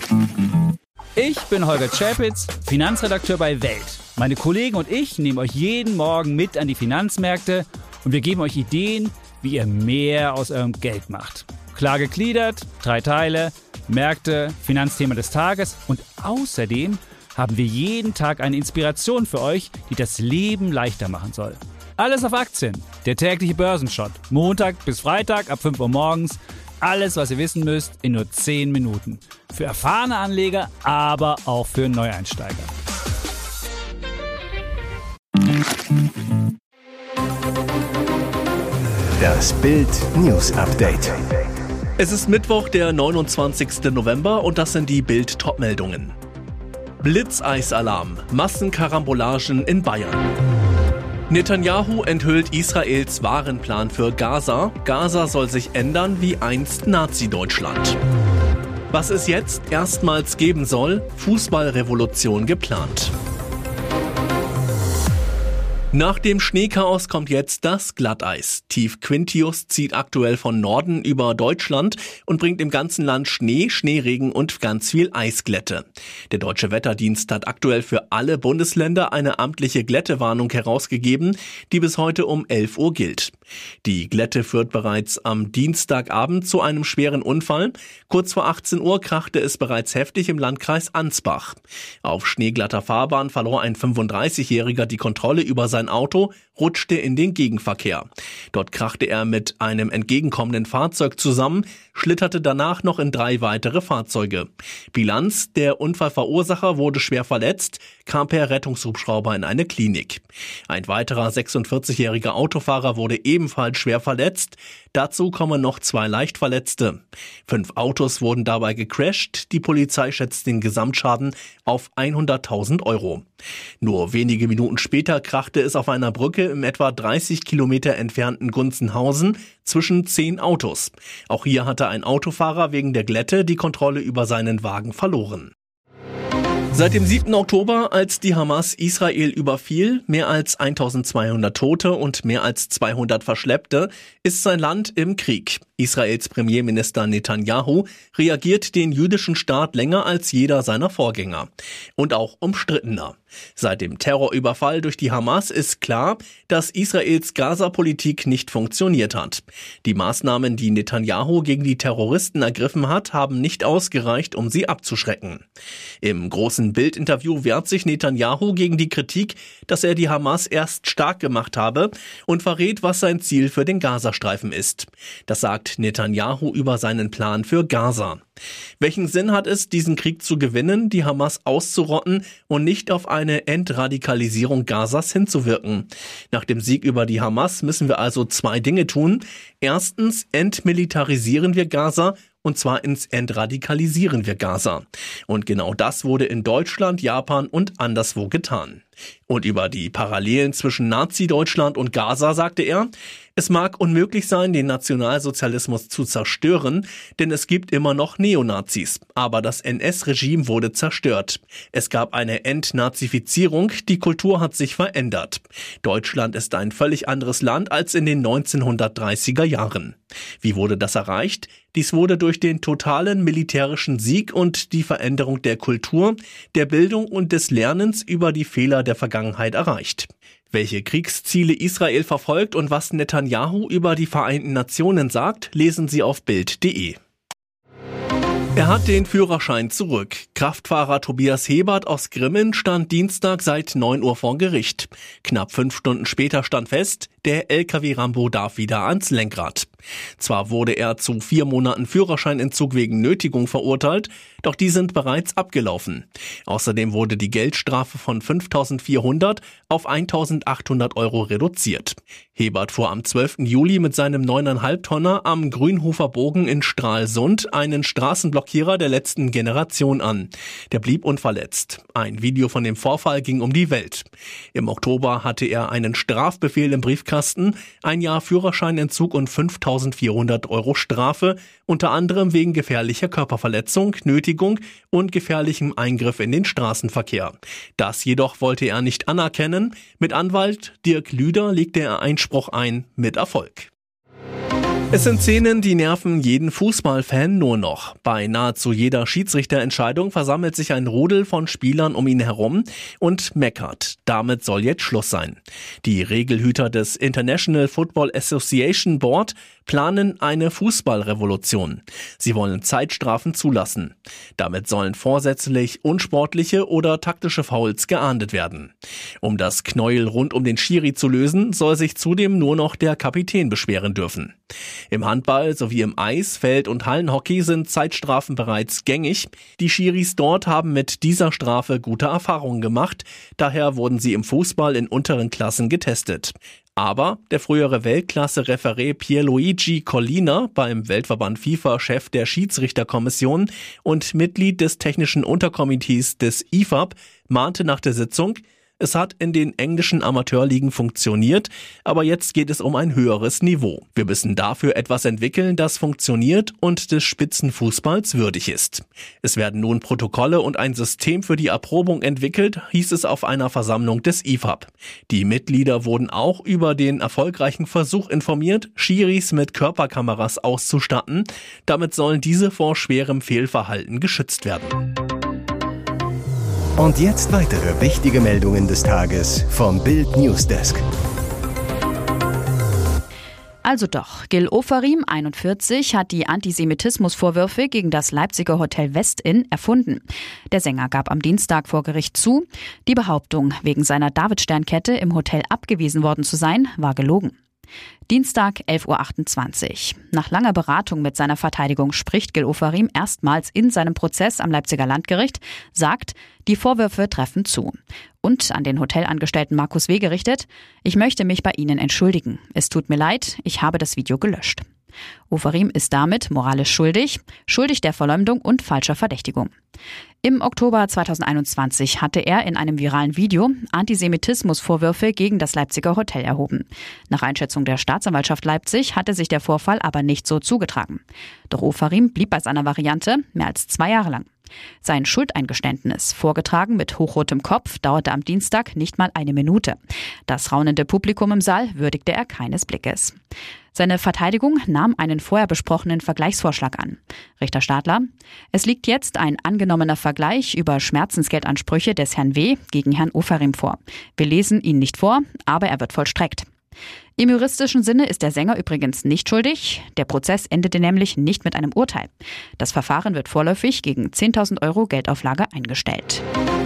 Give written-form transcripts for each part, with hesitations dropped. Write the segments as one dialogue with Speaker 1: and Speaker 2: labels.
Speaker 1: Ich bin Holger Czapitz, Finanzredakteur bei Welt. Meine Kollegen und ich nehmen euch jeden Morgen mit an die Finanzmärkte und wir geben euch Ideen, wie ihr mehr aus eurem Geld macht. Klar gegliedert, 3 Teile, Märkte, Finanzthema des Tages und außerdem haben wir jeden Tag eine Inspiration für euch, die das Leben leichter machen soll. Alles auf Aktien, der tägliche Börsenshot, Montag bis Freitag ab 5 Uhr morgens. Alles, was ihr wissen müsst, in nur 10 Minuten. Für erfahrene Anleger, aber auch für Neueinsteiger.
Speaker 2: Das Bild News Update.
Speaker 3: Es ist Mittwoch, der 29. November und das sind die Bild-Top-Meldungen. Blitzeisalarm, Massenkarambolagen in Bayern. Netanyahu enthüllt Israels wahren Plan für Gaza. Gaza soll sich ändern wie einst Nazi-Deutschland. Was es jetzt erstmals geben soll, Fußballrevolution geplant. Nach dem Schneechaos kommt jetzt das Glatteis. Tief Quintius zieht aktuell von Norden über Deutschland und bringt im ganzen Land Schnee, Schneeregen und ganz viel Eisglätte. Der Deutsche Wetterdienst hat aktuell für alle Bundesländer eine amtliche Glättewarnung herausgegeben, die bis heute um 11 Uhr gilt. Die Glätte führt bereits am Dienstagabend zu einem schweren Unfall. Kurz vor 18 Uhr krachte es bereits heftig im Landkreis Ansbach. Auf schneeglatter Fahrbahn verlor ein 35-Jähriger die Kontrolle über sein Auto, rutschte in den Gegenverkehr. Dort krachte er mit einem entgegenkommenden Fahrzeug zusammen, schlitterte danach noch in 3 weitere Fahrzeuge. Bilanz: Der Unfallverursacher wurde schwer verletzt, kam per Rettungshubschrauber in eine Klinik. Ein weiterer 46-jähriger Autofahrer wurde ebenfalls schwer verletzt. Dazu kommen noch 2 Leichtverletzte. 5 Autos wurden dabei gecrasht. Die Polizei schätzt den Gesamtschaden auf 100.000 Euro. Nur wenige Minuten später krachte es auf einer Brücke im etwa 30 Kilometer entfernten Gunzenhausen zwischen 10 Autos. Auch hier hatte ein Autofahrer wegen der Glätte die Kontrolle über seinen Wagen verloren. Seit dem 7. Oktober, als die Hamas Israel überfiel, mehr als 1200 Tote und mehr als 200 Verschleppte, ist sein Land im Krieg. Israels Premierminister Netanyahu reagiert den jüdischen Staat länger als jeder seiner Vorgänger. Und auch umstrittener. Seit dem Terrorüberfall durch die Hamas ist klar, dass Israels Gaza-Politik nicht funktioniert hat. Die Maßnahmen, die Netanyahu gegen die Terroristen ergriffen hat, haben nicht ausgereicht, um sie abzuschrecken. Im großen Bild-Interview wehrt sich Netanyahu gegen die Kritik, dass er die Hamas erst stark gemacht habe und verrät, was sein Ziel für den Gazastreifen ist. Das sagt Netanyahu über seinen Plan für Gaza. Welchen Sinn hat es, diesen Krieg zu gewinnen, die Hamas auszurotten und nicht auf eine Entradikalisierung Gazas hinzuwirken? Nach dem Sieg über die Hamas müssen wir also 2 Dinge tun. Erstens entmilitarisieren wir Gaza, und zwar entradikalisieren wir Gaza. Und genau das wurde in Deutschland, Japan und anderswo getan. Und über die Parallelen zwischen Nazi-Deutschland und Gaza sagte er: Es mag unmöglich sein, den Nationalsozialismus zu zerstören, denn es gibt immer noch Neonazis. Aber das NS-Regime wurde zerstört. Es gab eine Entnazifizierung, die Kultur hat sich verändert. Deutschland ist ein völlig anderes Land als in den 1930er Jahren. Wie wurde das erreicht? Dies wurde durch den totalen militärischen Sieg und die Veränderung der Kultur, der Bildung und des Lernens über die Fehler der Vergangenheit erreicht. Welche Kriegsziele Israel verfolgt und was Netanyahu über die Vereinten Nationen sagt, lesen Sie auf Bild.de. Er hat den Führerschein zurück. Kraftfahrer Tobias Hebert aus Grimmen stand Dienstag seit 9 Uhr vor Gericht. Knapp 5 Stunden später stand fest, der LKW-Rambo darf wieder ans Lenkrad. Zwar wurde er zu 4 Monaten Führerscheinentzug wegen Nötigung verurteilt, doch die sind bereits abgelaufen. Außerdem wurde die Geldstrafe von 5.400 auf 1.800 Euro reduziert. Hebert fuhr am 12. Juli mit seinem 9,5 Tonner am Grünhofer Bogen in Stralsund einen Straßenblockierer der letzten Generation an. Der blieb unverletzt. Ein Video von dem Vorfall ging um die Welt. Im Oktober hatte er einen Strafbefehl im Briefkasten, 1 Jahr Führerscheinentzug und 5.400 Euro Strafe, unter anderem wegen gefährlicher Körperverletzung, Nötigung und gefährlichem Eingriff in den Straßenverkehr. Das jedoch wollte er nicht anerkennen. Mit Anwalt Dirk Lüder legte er Einspruch ein, mit Erfolg. Es sind Szenen, die nerven jeden Fußballfan nur noch. Bei nahezu jeder Schiedsrichterentscheidung versammelt sich ein Rudel von Spielern um ihn herum und meckert. Damit soll jetzt Schluss sein. Die Regelhüter des International Football Association Board planen eine Fußballrevolution. Sie wollen Zeitstrafen zulassen. Damit sollen vorsätzlich unsportliche oder taktische Fouls geahndet werden. Um das Knäuel rund um den Schiri zu lösen, soll sich zudem nur noch der Kapitän beschweren dürfen. Im Handball sowie im Eis-, Feld- und Hallenhockey sind Zeitstrafen bereits gängig. Die Schiris dort haben mit dieser Strafe gute Erfahrungen gemacht. Daher wurden sie im Fußball in unteren Klassen getestet. Aber der frühere Weltklasse-Referee Pierluigi Collina, beim Weltverband FIFA Chef der Schiedsrichterkommission und Mitglied des technischen Unterkomitees des IFAB, mahnte nach der Sitzung: Es hat in den englischen Amateurligen funktioniert, aber jetzt geht es um ein höheres Niveau. Wir müssen dafür etwas entwickeln, das funktioniert und des Spitzenfußballs würdig ist. Es werden nun Protokolle und ein System für die Erprobung entwickelt, hieß es auf einer Versammlung des IFAB. Die Mitglieder wurden auch über den erfolgreichen Versuch informiert, Schiris mit Körperkameras auszustatten. Damit sollen diese vor schwerem Fehlverhalten geschützt werden.
Speaker 2: Und jetzt weitere wichtige Meldungen des Tages vom Bild Newsdesk.
Speaker 4: Also doch, Gil Ofarim, 41, hat die Antisemitismusvorwürfe gegen das Leipziger Hotel Westin erfunden. Der Sänger gab am Dienstag vor Gericht zu, die Behauptung, wegen seiner Davidsternkette im Hotel abgewiesen worden zu sein, war gelogen. Dienstag, 11.28 Uhr. Nach langer Beratung mit seiner Verteidigung spricht Gil Ofarim erstmals in seinem Prozess am Leipziger Landgericht, sagt, die Vorwürfe treffen zu. Und an den Hotelangestellten Markus W. gerichtet: Ich möchte mich bei Ihnen entschuldigen. Es tut mir leid, ich habe das Video gelöscht. Ofarim ist damit moralisch schuldig der Verleumdung und falscher Verdächtigung. Im Oktober 2021 hatte er in einem viralen Video Antisemitismusvorwürfe gegen das Leipziger Hotel erhoben. Nach Einschätzung der Staatsanwaltschaft Leipzig hatte sich der Vorfall aber nicht so zugetragen. Doch Ofarim blieb bei seiner Variante mehr als 2 Jahre lang. Sein Schuldeingeständnis, vorgetragen mit hochrotem Kopf, dauerte am Dienstag nicht mal 1 Minute. Das raunende Publikum im Saal würdigte er keines Blickes. Seine Verteidigung nahm einen vorher besprochenen Vergleichsvorschlag an. Richter Stadler: Es liegt jetzt ein angenommener Vergleich über Schmerzensgeldansprüche des Herrn W. gegen Herrn Ofarim vor. Wir lesen ihn nicht vor, aber er wird vollstreckt. Im juristischen Sinne ist der Sänger übrigens nicht schuldig. Der Prozess endete nämlich nicht mit einem Urteil. Das Verfahren wird vorläufig gegen 10.000 € Geldauflage eingestellt.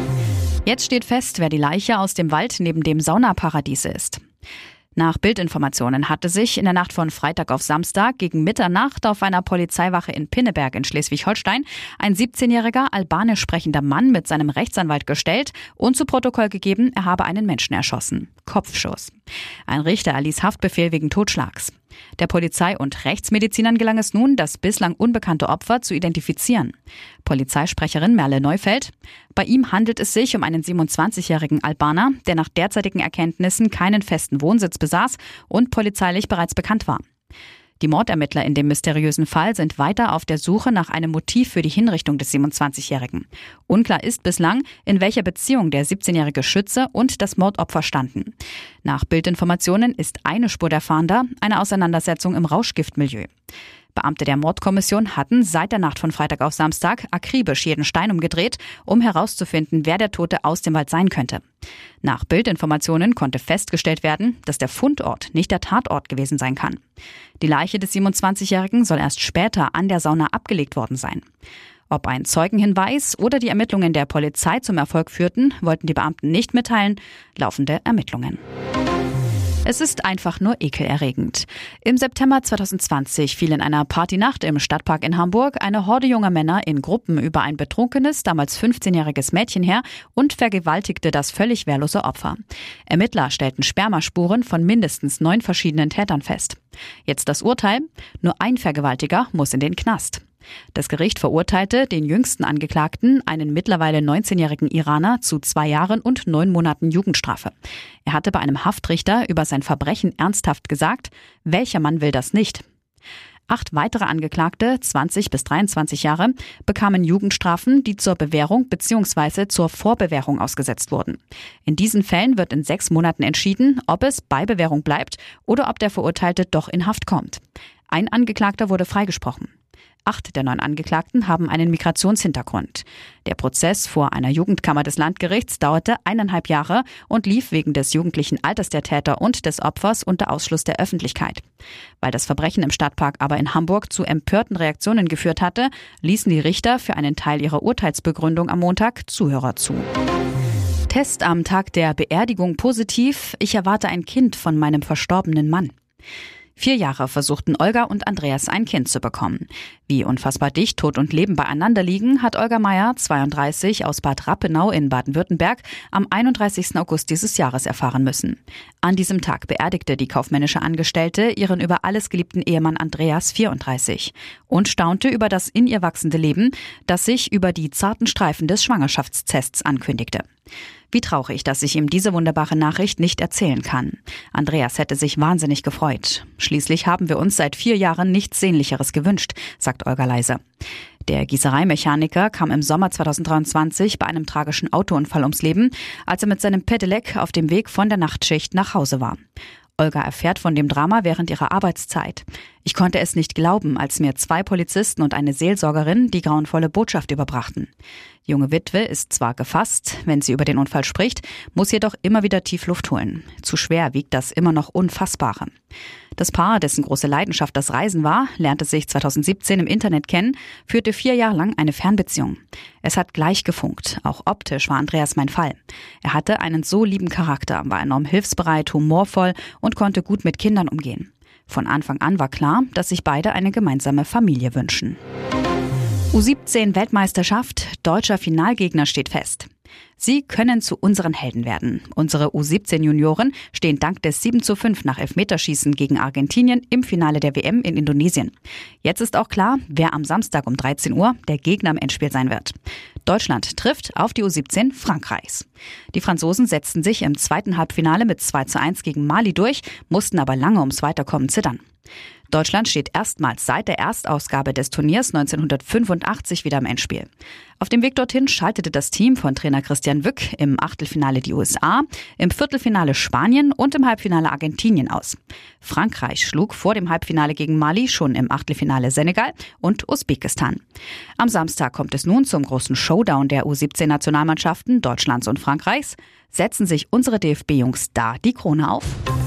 Speaker 4: Jetzt steht fest, wer die Leiche aus dem Wald neben dem Saunaparadies ist. Nach Bildinformationen hatte sich in der Nacht von Freitag auf Samstag gegen Mitternacht auf einer Polizeiwache in Pinneberg in Schleswig-Holstein ein 17-jähriger albanisch sprechender Mann mit seinem Rechtsanwalt gestellt und zu Protokoll gegeben, er habe einen Menschen erschossen. Kopfschuss. Ein Richter erließ Haftbefehl wegen Totschlags. Der Polizei und Rechtsmedizinern gelang es nun, das bislang unbekannte Opfer zu identifizieren. Polizeisprecherin Merle Neufeld: Bei ihm handelt es sich um einen 27-jährigen Albaner, der nach derzeitigen Erkenntnissen keinen festen Wohnsitz besaß und polizeilich bereits bekannt war. Die Mordermittler in dem mysteriösen Fall sind weiter auf der Suche nach einem Motiv für die Hinrichtung des 27-Jährigen. Unklar ist bislang, in welcher Beziehung der 17-jährige Schütze und das Mordopfer standen. Nach Bildinformationen ist eine Spur der Fahnder eine Auseinandersetzung im Rauschgiftmilieu. Beamte der Mordkommission hatten seit der Nacht von Freitag auf Samstag akribisch jeden Stein umgedreht, um herauszufinden, wer der Tote aus dem Wald sein könnte. Nach Bildinformationen konnte festgestellt werden, dass der Fundort nicht der Tatort gewesen sein kann. Die Leiche des 27-Jährigen soll erst später an der Sauna abgelegt worden sein. Ob ein Zeugenhinweis oder die Ermittlungen der Polizei zum Erfolg führten, wollten die Beamten nicht mitteilen. Laufende Ermittlungen. Es ist einfach nur ekelerregend. Im September 2020 fiel in einer Partynacht im Stadtpark in Hamburg eine Horde junger Männer in Gruppen über ein betrunkenes, damals 15-jähriges Mädchen her und vergewaltigte das völlig wehrlose Opfer. Ermittler stellten Spermaspuren von mindestens 9 verschiedenen Tätern fest. Jetzt das Urteil: Nur ein Vergewaltiger muss in den Knast. Das Gericht verurteilte den jüngsten Angeklagten, einen mittlerweile 19-jährigen Iraner, zu 2 Jahren und 9 Monaten Jugendstrafe. Er hatte bei einem Haftrichter über sein Verbrechen ernsthaft gesagt: Welcher Mann will das nicht? 8 weitere Angeklagte, 20 bis 23 Jahre, bekamen Jugendstrafen, die zur Bewährung bzw. zur Vorbewährung ausgesetzt wurden. In diesen Fällen wird in 6 Monaten entschieden, ob es bei Bewährung bleibt oder ob der Verurteilte doch in Haft kommt. Ein Angeklagter wurde freigesprochen. 8 der 9 Angeklagten haben einen Migrationshintergrund. Der Prozess vor einer Jugendkammer des Landgerichts dauerte 1,5 Jahre und lief wegen des jugendlichen Alters der Täter und des Opfers unter Ausschluss der Öffentlichkeit. Weil das Verbrechen im Stadtpark aber in Hamburg zu empörten Reaktionen geführt hatte, ließen die Richter für einen Teil ihrer Urteilsbegründung am Montag Zuhörer zu. Test am Tag der Beerdigung positiv. Ich erwarte ein Kind von meinem verstorbenen Mann. 4 Jahre versuchten Olga und Andreas ein Kind zu bekommen. Wie unfassbar dicht Tod und Leben beieinander liegen, hat Olga Meier, 32, aus Bad Rappenau in Baden-Württemberg, am 31. August dieses Jahres erfahren müssen. An diesem Tag beerdigte die kaufmännische Angestellte ihren über alles geliebten Ehemann Andreas, 34, und staunte über das in ihr wachsende Leben, das sich über die zarten Streifen des Schwangerschaftstests ankündigte. Wie traurig, dass ich ihm diese wunderbare Nachricht nicht erzählen kann. Andreas hätte sich wahnsinnig gefreut. Schließlich haben wir uns seit 4 Jahren nichts Sehnlicheres gewünscht, sagt Olga leise. Der Gießereimechaniker kam im Sommer 2023 bei einem tragischen Autounfall ums Leben, als er mit seinem Pedelec auf dem Weg von der Nachtschicht nach Hause war. Olga erfährt von dem Drama während ihrer Arbeitszeit. Ich konnte es nicht glauben, als mir 2 Polizisten und eine Seelsorgerin die grauenvolle Botschaft überbrachten. Die junge Witwe ist zwar gefasst, wenn sie über den Unfall spricht, muss jedoch immer wieder tief Luft holen. Zu schwer wiegt das immer noch Unfassbare. Das Paar, dessen große Leidenschaft das Reisen war, lernte sich 2017 im Internet kennen, führte 4 Jahre lang eine Fernbeziehung. Es hat gleich gefunkt. Auch optisch war Andreas mein Fall. Er hatte einen so lieben Charakter, war enorm hilfsbereit, humorvoll und konnte gut mit Kindern umgehen. Von Anfang an war klar, dass sich beide eine gemeinsame Familie wünschen. U17-Weltmeisterschaft, deutscher Finalgegner steht fest. Sie können zu unseren Helden werden. Unsere U17-Junioren stehen dank des 7:5 nach Elfmeterschießen gegen Argentinien im Finale der WM in Indonesien. Jetzt ist auch klar, wer am Samstag um 13 Uhr der Gegner im Endspiel sein wird. Deutschland trifft auf die U17 Frankreichs. Die Franzosen setzten sich im zweiten Halbfinale mit 2:1 gegen Mali durch, mussten aber lange ums Weiterkommen zittern. Deutschland steht erstmals seit der Erstausgabe des Turniers 1985 wieder im Endspiel. Auf dem Weg dorthin schaltete das Team von Trainer Christian Wück im Achtelfinale die USA, im Viertelfinale Spanien und im Halbfinale Argentinien aus. Frankreich schlug vor dem Halbfinale gegen Mali schon im Achtelfinale Senegal und Usbekistan. Am Samstag kommt es nun zum großen Showdown der U17-Nationalmannschaften Deutschlands und Frankreichs. Setzen sich unsere DFB-Jungs da die Krone auf?